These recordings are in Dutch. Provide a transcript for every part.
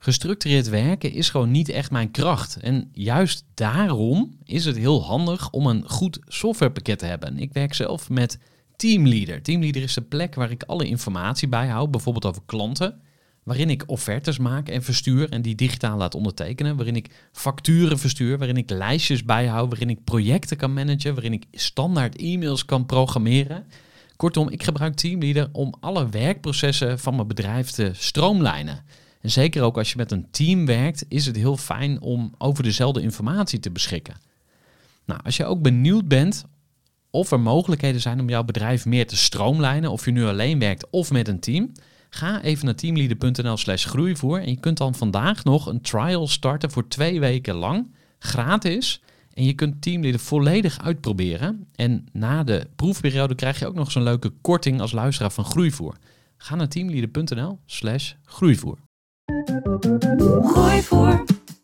Gestructureerd werken is gewoon niet echt mijn kracht. En juist daarom is het heel handig om een goed softwarepakket te hebben. Ik werk zelf met Teamleader. Teamleader is de plek waar ik alle informatie bijhoud, bijvoorbeeld over klanten, waarin ik offertes maak en verstuur en die digitaal laat ondertekenen, waarin ik facturen verstuur, waarin ik lijstjes bijhoud, waarin ik projecten kan managen, waarin ik standaard e-mails kan programmeren. Kortom, ik gebruik Teamleader om alle werkprocessen van mijn bedrijf te stroomlijnen. En zeker ook als je met een team werkt, is het heel fijn om over dezelfde informatie te beschikken. Nou, als je ook benieuwd bent of er mogelijkheden zijn om jouw bedrijf meer te stroomlijnen, of je nu alleen werkt of met een team, ga even naar teamleader.nl/groeivoer en je kunt dan vandaag nog een trial starten voor 2 weken lang, gratis. En je kunt Teamleader volledig uitproberen. En na de proefperiode krijg je ook nog eens een leuke korting als luisteraar van Groeivoer. Ga naar teamleader.nl/groeivoer. Groeivoer.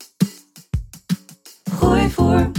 Groeivoer.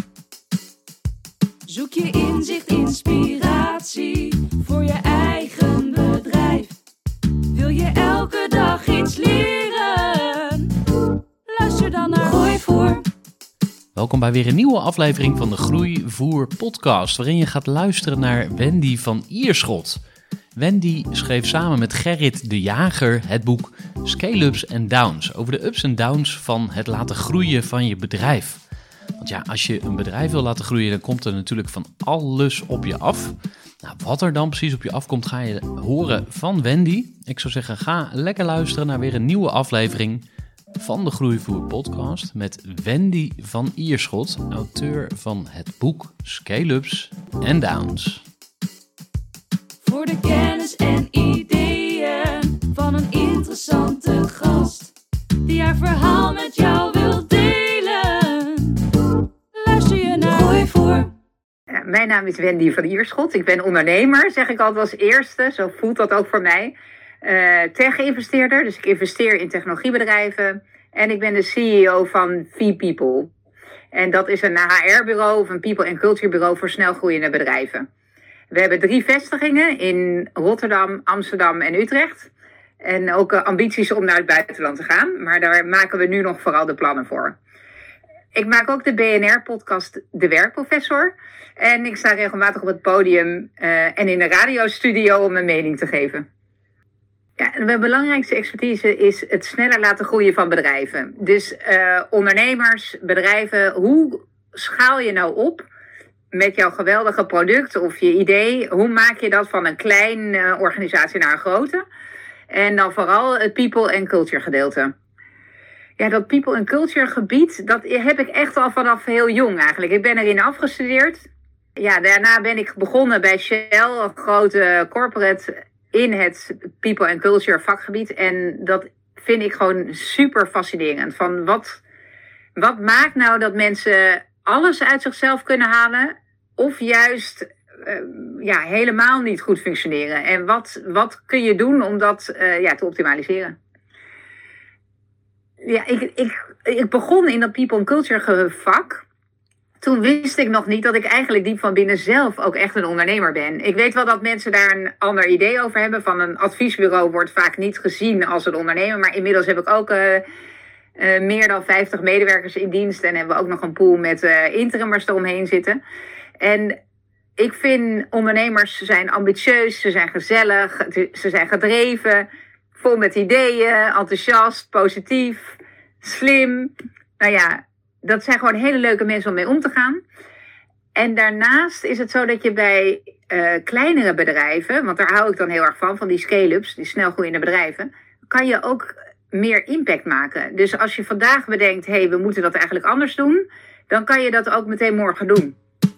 Zoek je inzicht, inspiratie voor je eigen bedrijf. Wil je elke dag iets leren? Luister dan naar Groeivoer. Welkom bij weer een nieuwe aflevering van de Groeivoer podcast, waarin je gaat luisteren naar Wendy van Ierschot. Wendy schreef samen met Gerrit de Jager het boek Scale-ups en Downs, over de ups en downs van het laten groeien van je bedrijf. Want ja, als je een bedrijf wil laten groeien, dan komt er natuurlijk van alles op je af. Nou, wat er dan precies op je afkomt, ga je horen van Wendy. Ik zou zeggen, ga lekker luisteren naar weer een nieuwe aflevering van de Groeivoer podcast met Wendy van Ierschot, auteur van het boek Scale-ups en Downs. Voor de kennis en ideeën van een interessante gast die haar verhaal met jou wil delen. Luister je naar Groeivoer. Mijn naam is Wendy van Ierschot. Ik ben ondernemer, zeg ik altijd als eerste. Zo voelt dat ook voor mij. Tech-investeerder, dus ik investeer in technologiebedrijven. En ik ben de CEO van V-People. En dat is een HR-bureau of een people and culture bureau voor snelgroeiende bedrijven. We hebben 3 vestigingen in Rotterdam, Amsterdam en Utrecht. En ook ambities om naar het buitenland te gaan. Maar daar maken we nu nog vooral de plannen voor. Ik maak ook de BNR-podcast De Werkprofessor. En ik sta regelmatig op het podium en in de radiostudio om mijn mening te geven. Ja, en mijn belangrijkste expertise is het sneller laten groeien van bedrijven. Dus ondernemers, bedrijven, hoe schaal je nou op met jouw geweldige product of je idee? Hoe maak je dat van een klein organisatie naar een grote? En dan vooral het people and culture gedeelte. Ja, dat people and culture gebied, dat heb ik echt al vanaf heel jong eigenlijk. Ik ben erin afgestudeerd. Ja, daarna ben ik begonnen bij Shell, een grote corporate, in het people and culture vakgebied. En dat vind ik gewoon super fascinerend. Van wat maakt nou dat mensen alles uit zichzelf kunnen halen, of juist helemaal niet goed functioneren? En wat kun je doen om dat te optimaliseren? Ja, ik begon in dat people and culture vak. Toen wist ik nog niet dat ik eigenlijk diep van binnen zelf ook echt een ondernemer ben. Ik weet wel dat mensen daar een ander idee over hebben. Van een adviesbureau wordt vaak niet gezien als een ondernemer. Maar inmiddels heb ik ook meer dan 50 medewerkers in dienst. En hebben we ook nog een pool met interimmers eromheen zitten. En ik vind ondernemers zijn ambitieus, ze zijn gezellig, ze zijn gedreven, vol met ideeën, enthousiast, positief, slim. Nou ja, dat zijn gewoon hele leuke mensen om mee om te gaan. En daarnaast is het zo dat je bij kleinere bedrijven, want daar hou ik dan heel erg van die scale-ups, die snelgroeiende bedrijven, kan je ook meer impact maken. Dus als je vandaag bedenkt, we moeten dat eigenlijk anders doen, dan kan je dat ook meteen morgen doen.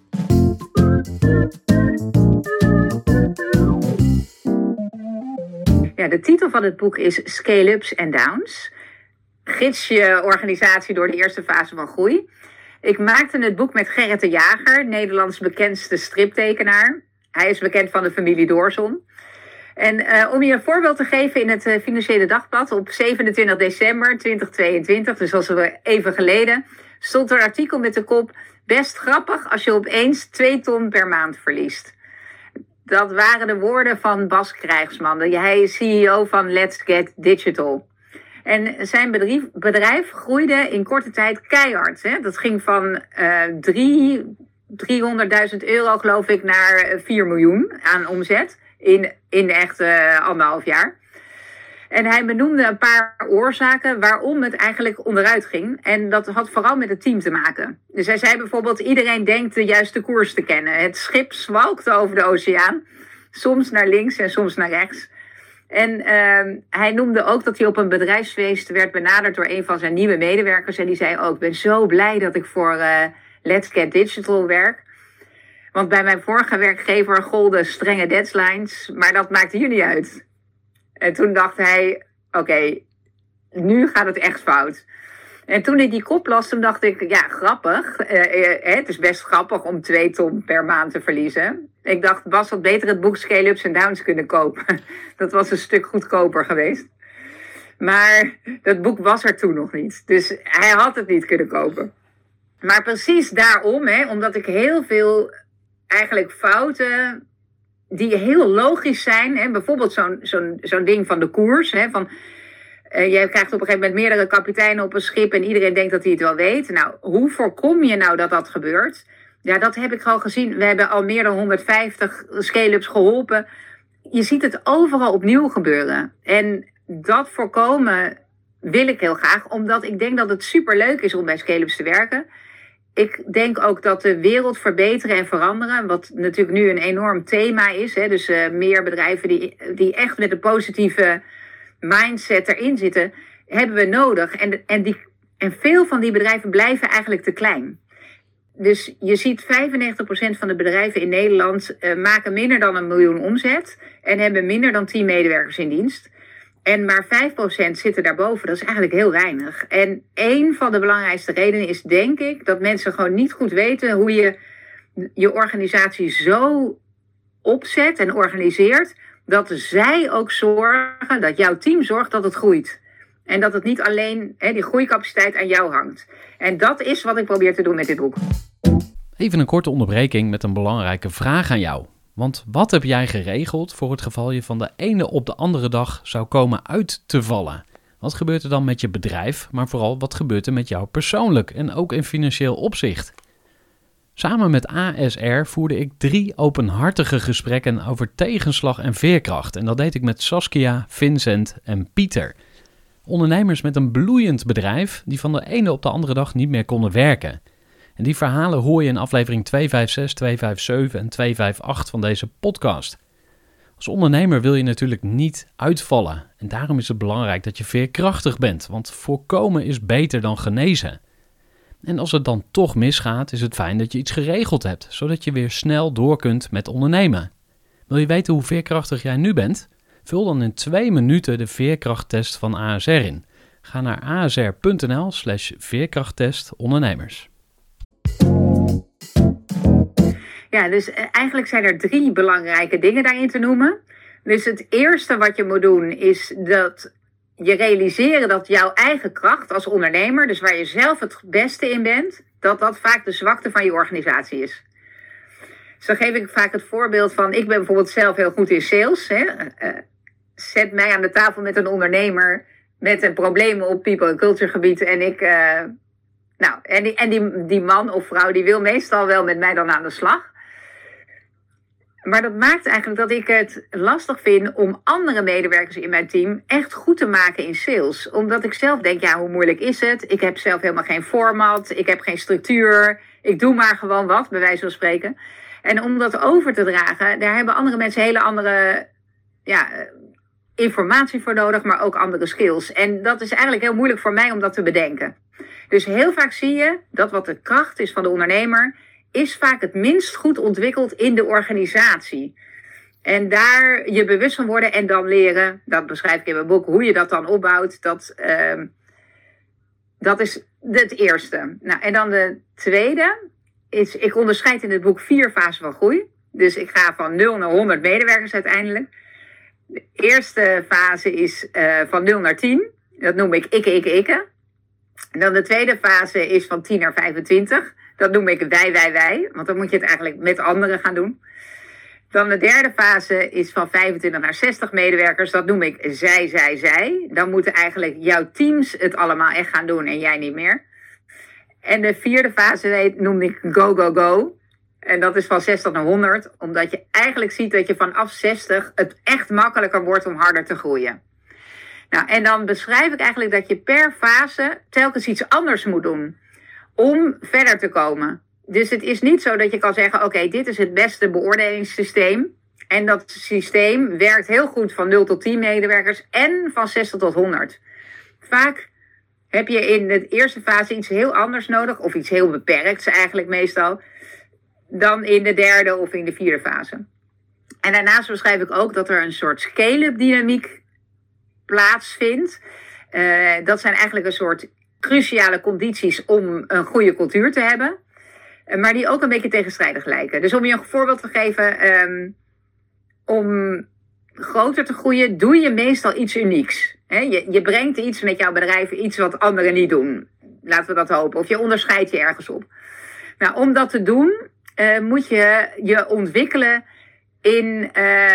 Ja, de titel van het boek is Scale-ups en Downs. Gids je organisatie door de eerste fase van groei. Ik maakte het boek met Gerrit de Jager, Nederlands bekendste striptekenaar. Hij is bekend van de familie Doorzon. En om je een voorbeeld te geven, in het Financiële Dagblad op 27 december 2022, dus dat is even geleden, stond er een artikel met de kop: best grappig als je opeens 2 ton per maand verliest. Dat waren de woorden van Bas Krijgsman. Hij is CEO van Let's Get Digital. En zijn bedrijf groeide in korte tijd keihard. Hè? Dat ging van 300.000 euro, geloof ik, naar 4 miljoen aan omzet in echt 1,5 jaar. En hij benoemde een paar oorzaken waarom het eigenlijk onderuit ging. En dat had vooral met het team te maken. Dus hij zei bijvoorbeeld, iedereen denkt de juiste koers te kennen. Het schip zwalkte over de oceaan. Soms naar links en soms naar rechts. En hij noemde ook dat hij op een bedrijfsfeest werd benaderd door een van zijn nieuwe medewerkers. En die zei ook, ik ben zo blij dat ik voor Let's Get Digital werk. Want bij mijn vorige werkgever golden strenge deadlines. Maar dat maakte hier niet uit. En toen dacht hij, oké, nu gaat het echt fout. En toen ik die kop las, toen dacht ik, ja, grappig. Het is best grappig om 2 ton per maand te verliezen. Ik dacht, Bas had beter het boek Scale Ups and Downs kunnen kopen. Dat was een stuk goedkoper geweest. Maar dat boek was er toen nog niet. Dus hij had het niet kunnen kopen. Maar precies daarom, omdat ik heel veel eigenlijk fouten die heel logisch zijn. Bijvoorbeeld zo'n ding van de koers. Je krijgt op een gegeven moment meerdere kapiteinen op een schip en iedereen denkt dat hij het wel weet. Nou, hoe voorkom je nou dat dat gebeurt? Ja, dat heb ik al gezien. We hebben al meer dan 150 scale-ups geholpen. Je ziet het overal opnieuw gebeuren. En dat voorkomen wil ik heel graag, omdat ik denk dat het superleuk is om bij scale-ups te werken. Ik denk ook dat de wereld verbeteren en veranderen, wat natuurlijk nu een enorm thema is. Dus meer bedrijven die echt met een positieve mindset erin zitten, hebben we nodig. En veel van die bedrijven blijven eigenlijk te klein. Dus je ziet 95% van de bedrijven in Nederland maken minder dan 1 miljoen omzet en hebben minder dan 10 medewerkers in dienst. En maar 5% zitten daarboven. Dat is eigenlijk heel weinig. En een van de belangrijkste redenen is, denk ik, dat mensen gewoon niet goed weten hoe je je organisatie zo opzet en organiseert, dat zij ook zorgen, dat jouw team zorgt dat het groeit. En dat het niet alleen die groeicapaciteit aan jou hangt. En dat is wat ik probeer te doen met dit boek. Even een korte onderbreking met een belangrijke vraag aan jou. Want wat heb jij geregeld voor het geval je van de ene op de andere dag zou komen uit te vallen? Wat gebeurt er dan met je bedrijf, maar vooral wat gebeurt er met jou persoonlijk en ook in financieel opzicht? Samen met ASR voerde ik 3 openhartige gesprekken over tegenslag en veerkracht. En dat deed ik met Saskia, Vincent en Pieter. Ondernemers met een bloeiend bedrijf die van de ene op de andere dag niet meer konden werken. En die verhalen hoor je in aflevering 256, 257 en 258 van deze podcast. Als ondernemer wil je natuurlijk niet uitvallen. En daarom is het belangrijk dat je veerkrachtig bent, want voorkomen is beter dan genezen. En als het dan toch misgaat, is het fijn dat je iets geregeld hebt, zodat je weer snel door kunt met ondernemen. Wil je weten hoe veerkrachtig jij nu bent? Vul dan in 2 minuten de veerkrachttest van ASR in. Ga naar asr.nl/veerkrachttestondernemers. Ja, dus eigenlijk zijn er 3 belangrijke dingen daarin te noemen. Dus het eerste wat je moet doen is dat je realiseren dat jouw eigen kracht als ondernemer, dus waar je zelf het beste in bent, dat dat vaak de zwakte van je organisatie is. Dus dan geef ik vaak het voorbeeld van, ik ben bijvoorbeeld zelf heel goed in sales. Zet mij aan de tafel met een ondernemer met een probleem op people- en culture gebied en die man of vrouw die wil meestal wel met mij dan aan de slag. Maar dat maakt eigenlijk dat ik het lastig vind om andere medewerkers in mijn team echt goed te maken in sales. Omdat ik zelf denk, ja, hoe moeilijk is het? Ik heb zelf helemaal geen format, ik heb geen structuur. Ik doe maar gewoon wat, bij wijze van spreken. En om dat over te dragen, daar hebben andere mensen hele andere informatie voor nodig, maar ook andere skills. En dat is eigenlijk heel moeilijk voor mij om dat te bedenken. Dus heel vaak zie je dat wat de kracht is van de ondernemer, is vaak het minst goed ontwikkeld in de organisatie. En daar je bewust van worden en dan leren, dat beschrijf ik in mijn boek, hoe je dat dan opbouwt, dat is het eerste. Nou, en dan de tweede is, ik onderscheid in het boek 4 fasen van groei. Dus ik ga van 0 naar 100 medewerkers uiteindelijk. De eerste fase is van 0 naar 10. Dat noem ik ikke. En dan de tweede fase is van 10 naar 25. Dat noem ik wij. Want dan moet je het eigenlijk met anderen gaan doen. Dan de derde fase is van 25 naar 60 medewerkers. Dat noem ik zij. Dan moeten eigenlijk jouw teams het allemaal echt gaan doen en jij niet meer. En de vierde fase noem ik go. En dat is van 60 naar 100. Omdat je eigenlijk ziet dat je vanaf 60 het echt makkelijker wordt om harder te groeien. Nou, en dan beschrijf ik eigenlijk dat je per fase telkens iets anders moet doen. Om verder te komen. Dus het is niet zo dat je kan zeggen, oké, dit is het beste beoordelingssysteem. En dat systeem werkt heel goed van 0 tot 10 medewerkers en van 60 tot 100. Vaak heb je in de eerste fase iets heel anders nodig, of iets heel beperkts eigenlijk meestal, dan in de derde of in de vierde fase. En daarnaast beschrijf ik ook dat er een soort scale-up dynamiek plaatsvindt. Dat zijn eigenlijk een soort cruciale condities om een goede cultuur te hebben. Maar die ook een beetje tegenstrijdig lijken. Dus om je een voorbeeld te geven. Om groter te groeien doe je meestal iets unieks. Je brengt iets met jouw bedrijf, iets wat anderen niet doen. Laten we dat hopen. Of je onderscheidt je ergens op. Nou, om dat te doen moet je je ontwikkelen in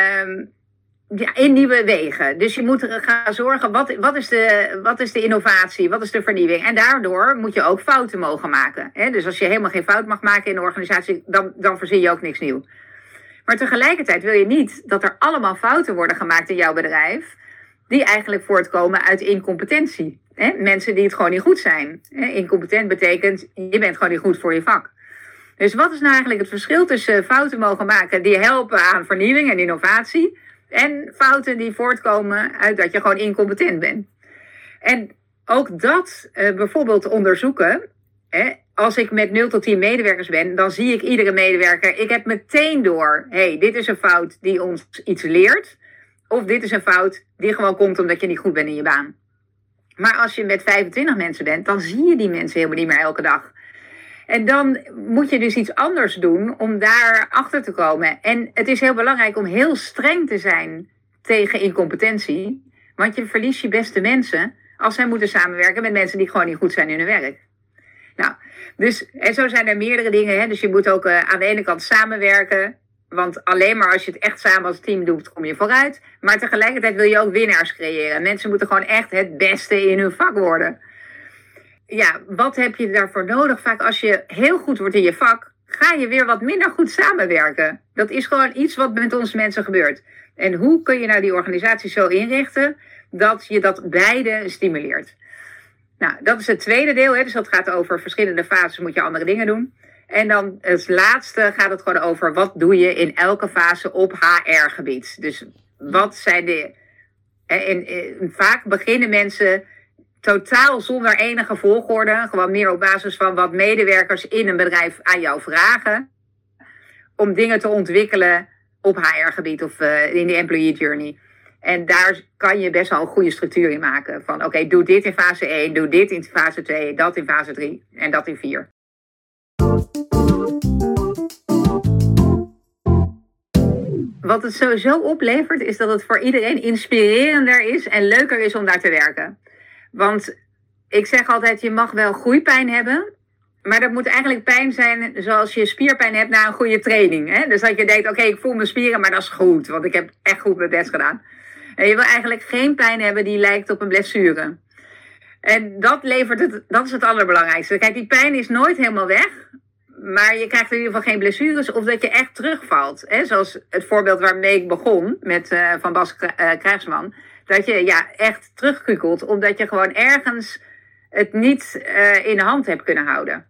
nieuwe wegen. Dus je moet gaan zorgen, wat is de innovatie, wat is de vernieuwing? En daardoor moet je ook fouten mogen maken. Dus als je helemaal geen fout mag maken in de organisatie, dan verzin je ook niks nieuws. Maar tegelijkertijd wil je niet dat er allemaal fouten worden gemaakt in jouw bedrijf, die eigenlijk voortkomen uit incompetentie. Mensen die het gewoon niet goed zijn. Incompetent betekent, je bent gewoon niet goed voor je vak. Dus wat is nou eigenlijk het verschil tussen fouten mogen maken die helpen aan vernieuwing en innovatie, en fouten die voortkomen uit dat je gewoon incompetent bent? En ook dat bijvoorbeeld onderzoeken. Als ik met 0 tot 10 medewerkers ben, dan zie ik iedere medewerker. Ik heb meteen door, dit is een fout die ons iets leert. Of dit is een fout die gewoon komt omdat je niet goed bent in je baan. Maar als je met 25 mensen bent, dan zie je die mensen helemaal niet meer elke dag. En dan moet je dus iets anders doen om daar achter te komen. En het is heel belangrijk om heel streng te zijn tegen incompetentie. Want je verliest je beste mensen als zij moeten samenwerken met mensen die gewoon niet goed zijn in hun werk. Nou, dus en zo zijn er meerdere dingen. Dus je moet ook aan de ene kant samenwerken. Want alleen maar als je het echt samen als team doet, kom je vooruit. Maar tegelijkertijd wil je ook winnaars creëren. Mensen moeten gewoon echt het beste in hun vak worden. Ja, wat heb je daarvoor nodig? Vaak als je heel goed wordt in je vak, ga je weer wat minder goed samenwerken. Dat is gewoon iets wat met onze mensen gebeurt. En hoe kun je nou die organisatie zo inrichten dat je dat beide stimuleert? Nou, dat is het tweede deel. Dus dat gaat over verschillende fases, moet je andere dingen doen. En dan het laatste gaat het gewoon over wat doe je in elke fase op HR-gebied. Dus wat zijn de... vaak beginnen mensen totaal zonder enige volgorde. Gewoon meer op basis van wat medewerkers in een bedrijf aan jou vragen. Om dingen te ontwikkelen op HR-gebied of in de employee journey. En daar kan je best wel een goede structuur in maken. Van oké, doe dit in fase 1, doe dit in fase 2, dat in fase 3 en dat in 4. Wat het sowieso oplevert is dat het voor iedereen inspirerender is en leuker is om daar te werken. Want ik zeg altijd, je mag wel groeipijn hebben, maar dat moet eigenlijk pijn zijn zoals je spierpijn hebt na een goede training. Dus dat je denkt, oké, ik voel mijn spieren, maar dat is goed, want ik heb echt goed mijn best gedaan. En je wil eigenlijk geen pijn hebben die lijkt op een blessure. En dat is het allerbelangrijkste. Kijk, die pijn is nooit helemaal weg, maar je krijgt in ieder geval geen blessures of dat je echt terugvalt. Zoals het voorbeeld waarmee ik begon met Van Bas Krijgsman. Dat je echt terugkukelt omdat je gewoon ergens het niet in de hand hebt kunnen houden.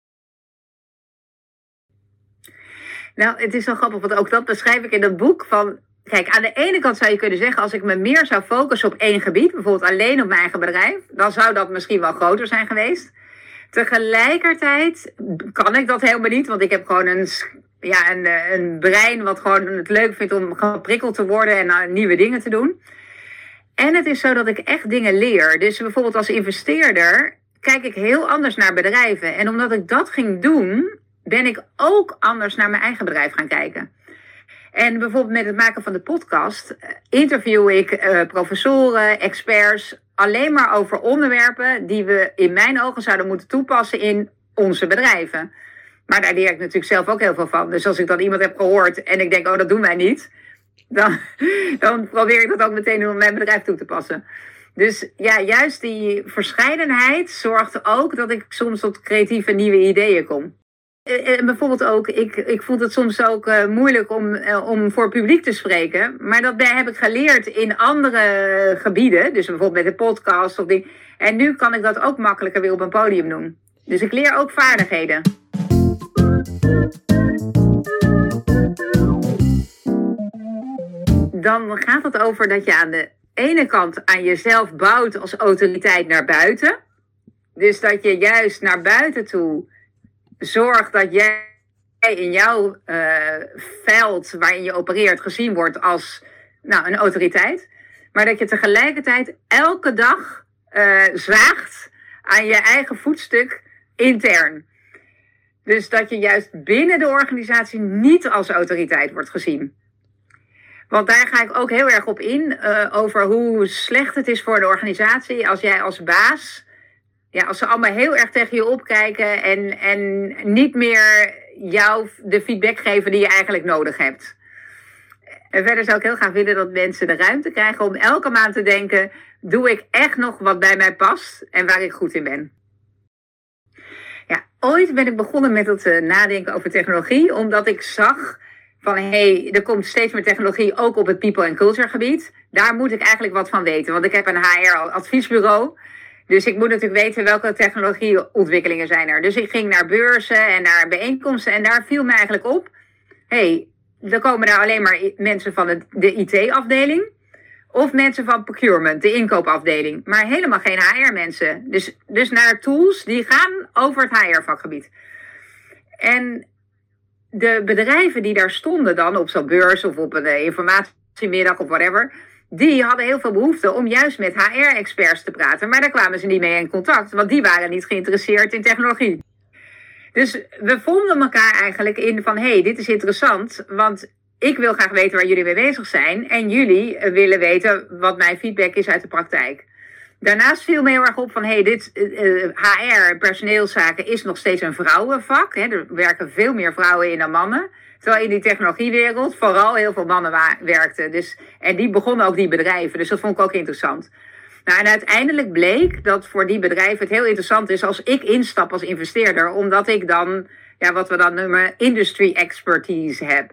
Nou, het is wel grappig, want ook dat beschrijf ik in dat boek. Kijk, aan de ene kant zou je kunnen zeggen, als ik me meer zou focussen op één gebied, bijvoorbeeld alleen op mijn eigen bedrijf, dan zou dat misschien wel groter zijn geweest. Tegelijkertijd kan ik dat helemaal niet, want ik heb gewoon een brein wat gewoon het leuk vindt om geprikkeld te worden en nieuwe dingen te doen. En het is zo dat ik echt dingen leer. Dus bijvoorbeeld als investeerder kijk ik heel anders naar bedrijven. En omdat ik dat ging doen, ben ik ook anders naar mijn eigen bedrijf gaan kijken. En bijvoorbeeld met het maken van de podcast interview ik professoren, experts, alleen maar over onderwerpen die we in mijn ogen zouden moeten toepassen in onze bedrijven. Maar daar leer ik natuurlijk zelf ook heel veel van. Dus als ik dan iemand heb gehoord en ik denk, dat doen wij niet. Dan probeer ik dat ook meteen op mijn bedrijf toe te passen. Dus ja, juist die verscheidenheid zorgt ook dat ik soms tot creatieve nieuwe ideeën kom. Bijvoorbeeld ook, ik vond het soms ook moeilijk om voor publiek te spreken. Maar dat heb ik geleerd in andere gebieden. Dus bijvoorbeeld met de podcast of ding. En nu kan ik dat ook makkelijker weer op een podium doen. Dus ik leer ook vaardigheden. Dan gaat het over dat je aan de ene kant aan jezelf bouwt als autoriteit naar buiten. Dus dat je juist naar buiten toe zorgt dat jij in jouw veld waarin je opereert gezien wordt als een autoriteit. Maar dat je tegelijkertijd elke dag zaagt aan je eigen voetstuk intern. Dus dat je juist binnen de organisatie niet als autoriteit wordt gezien. Want daar ga ik ook heel erg op in, over hoe slecht het is voor de organisatie als jij als baas, als ze allemaal heel erg tegen je opkijken en niet meer jou de feedback geven die je eigenlijk nodig hebt. En verder zou ik heel graag willen dat mensen de ruimte krijgen om elke maand te denken, doe ik echt nog wat bij mij past en waar ik goed in ben. Ja, ooit ben ik begonnen met het nadenken over technologie, omdat ik zag van er komt steeds meer technologie ook op het people and culture gebied. Daar moet ik eigenlijk wat van weten, want ik heb een HR-adviesbureau. Dus ik moet natuurlijk weten welke technologieontwikkelingen zijn er. Dus ik ging naar beurzen en naar bijeenkomsten en daar viel me eigenlijk op. Er komen daar alleen maar mensen van de IT-afdeling of mensen van procurement, de inkoopafdeling. Maar helemaal geen HR-mensen. Dus naar tools die gaan over het HR-vakgebied. En de bedrijven die daar stonden dan op zo'n beurs of op een informatiemiddag of whatever, die hadden heel veel behoefte om juist met HR-experts te praten. Maar daar kwamen ze niet mee in contact, want die waren niet geïnteresseerd in technologie. Dus we vonden elkaar eigenlijk in van, dit is interessant, want ik wil graag weten waar jullie mee bezig zijn en jullie willen weten wat mijn feedback is uit de praktijk. Daarnaast viel me heel erg op van, HR, personeelszaken, is nog steeds een vrouwenvak. Er werken veel meer vrouwen in dan mannen. Terwijl in die technologiewereld vooral heel veel mannen werkten. En die begonnen ook die bedrijven, dus dat vond ik ook interessant. En uiteindelijk bleek dat voor die bedrijven het heel interessant is als ik instap als investeerder. Omdat ik dan, wat we dan noemen, industry expertise heb.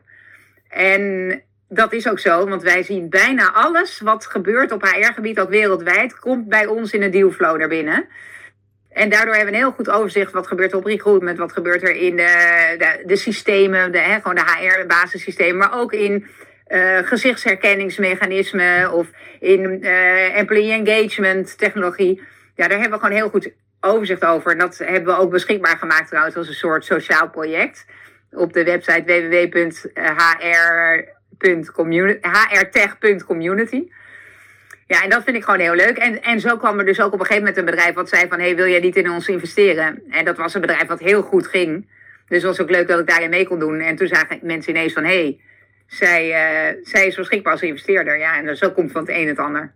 En dat is ook zo, want wij zien bijna alles wat gebeurt op HR-gebied, ook wereldwijd, komt bij ons in een dealflow naar binnen. En daardoor hebben we een heel goed overzicht wat gebeurt er op recruitment, wat gebeurt er in de systemen, gewoon de HR-basissystemen, maar ook in gezichtsherkenningsmechanismen of in employee engagement technologie. Ja, daar hebben we gewoon heel goed overzicht over. En dat hebben we ook beschikbaar gemaakt trouwens als een soort sociaal project op de website www.hrtech.community. Ja, en dat vind ik gewoon heel leuk. En zo kwam er dus ook op een gegeven moment een bedrijf wat zei van, wil jij niet in ons investeren? En dat was een bedrijf wat heel goed ging. Dus het was ook leuk dat ik daarin mee kon doen. En toen zagen mensen ineens van, zij is beschikbaar als investeerder. Ja, en zo komt van het een het ander.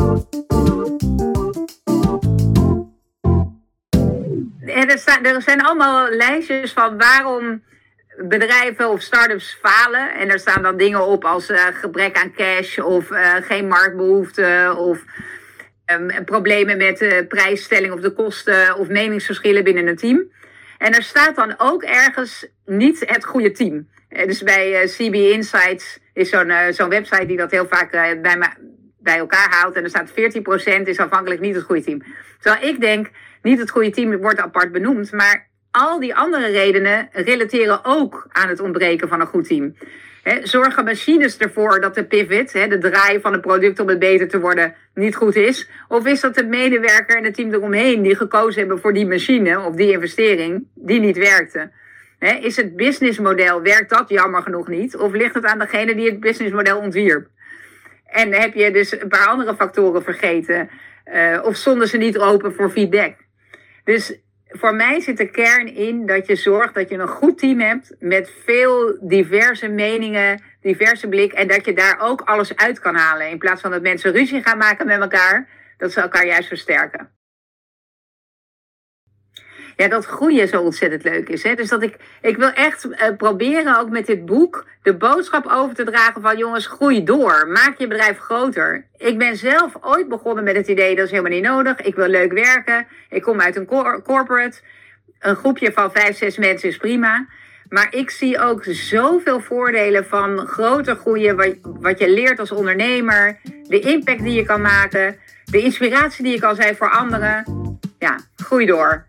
En er zijn allemaal lijstjes van waarom bedrijven of start-ups falen. En er staan dan dingen op als gebrek aan cash of geen marktbehoefte of problemen met prijsstelling of de kosten of meningsverschillen binnen een team. En er staat dan ook ergens niet het goede team. Dus bij CB Insights is zo'n website die dat heel vaak bij elkaar haalt. En er staat 14% is afhankelijk niet het goede team. Terwijl ik denk, niet het goede team wordt apart benoemd, maar al die andere redenen relateren ook aan het ontbreken van een goed team. Zorgen machines ervoor dat de pivot, de draai van het product om het beter te worden, niet goed is? Of is dat de medewerker en het team eromheen die gekozen hebben voor die machine of die investering die niet werkte? Is het businessmodel, werkt dat jammer genoeg niet? Of ligt het aan degene die het businessmodel ontwierp? En heb je dus een paar andere factoren vergeten? Of stonden ze niet open voor feedback? Dus voor mij zit de kern in dat je zorgt dat je een goed team hebt met veel diverse meningen, diverse blik. En dat je daar ook alles uit kan halen. In plaats van dat mensen ruzie gaan maken met elkaar, dat ze elkaar juist versterken. dat groeien zo ontzettend leuk is. Hè? Dus dat ik wil echt proberen ook met dit boek de boodschap over te dragen van jongens, groei door. Maak je bedrijf groter. Ik ben zelf ooit begonnen met het idee, dat is helemaal niet nodig. Ik wil leuk werken. Ik kom uit een corporate. Een groepje van 5, 6 mensen is prima. Maar ik zie ook zoveel voordelen van groter groeien. Wat je leert als ondernemer. De impact die je kan maken. De inspiratie die je kan zijn voor anderen. Ja, groei door.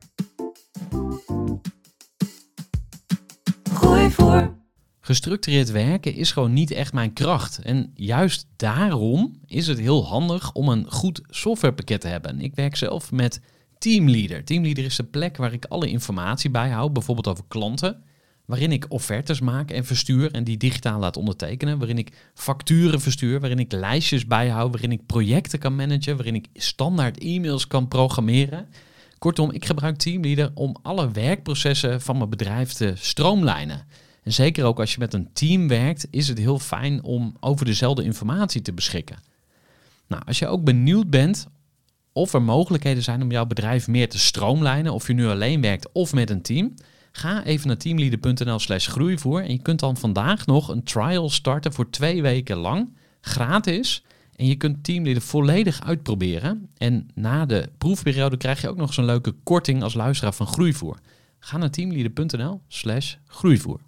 Groei voor. Gestructureerd werken is gewoon niet echt mijn kracht. En juist daarom is het heel handig om een goed softwarepakket te hebben. Ik werk zelf met Teamleader. Teamleader is de plek waar ik alle informatie bijhoud, bijvoorbeeld over klanten, waarin ik offertes maak en verstuur en die digitaal laat ondertekenen, waarin ik facturen verstuur, waarin ik lijstjes bijhoud, waarin ik projecten kan managen, waarin ik standaard e-mails kan programmeren. Kortom, ik gebruik Teamleader om alle werkprocessen van mijn bedrijf te stroomlijnen. En zeker ook als je met een team werkt, is het heel fijn om over dezelfde informatie te beschikken. Nou, als je ook benieuwd bent of er mogelijkheden zijn om jouw bedrijf meer te stroomlijnen, of je nu alleen werkt of met een team, ga even naar teamleader.nl/groeivoer en je kunt dan vandaag nog een trial starten voor 2 weken lang, gratis. En je kunt Teamleader volledig uitproberen. En na de proefperiode krijg je ook nog zo'n leuke korting als luisteraar van Groeivoer. Ga naar teamleader.nl/groeivoer.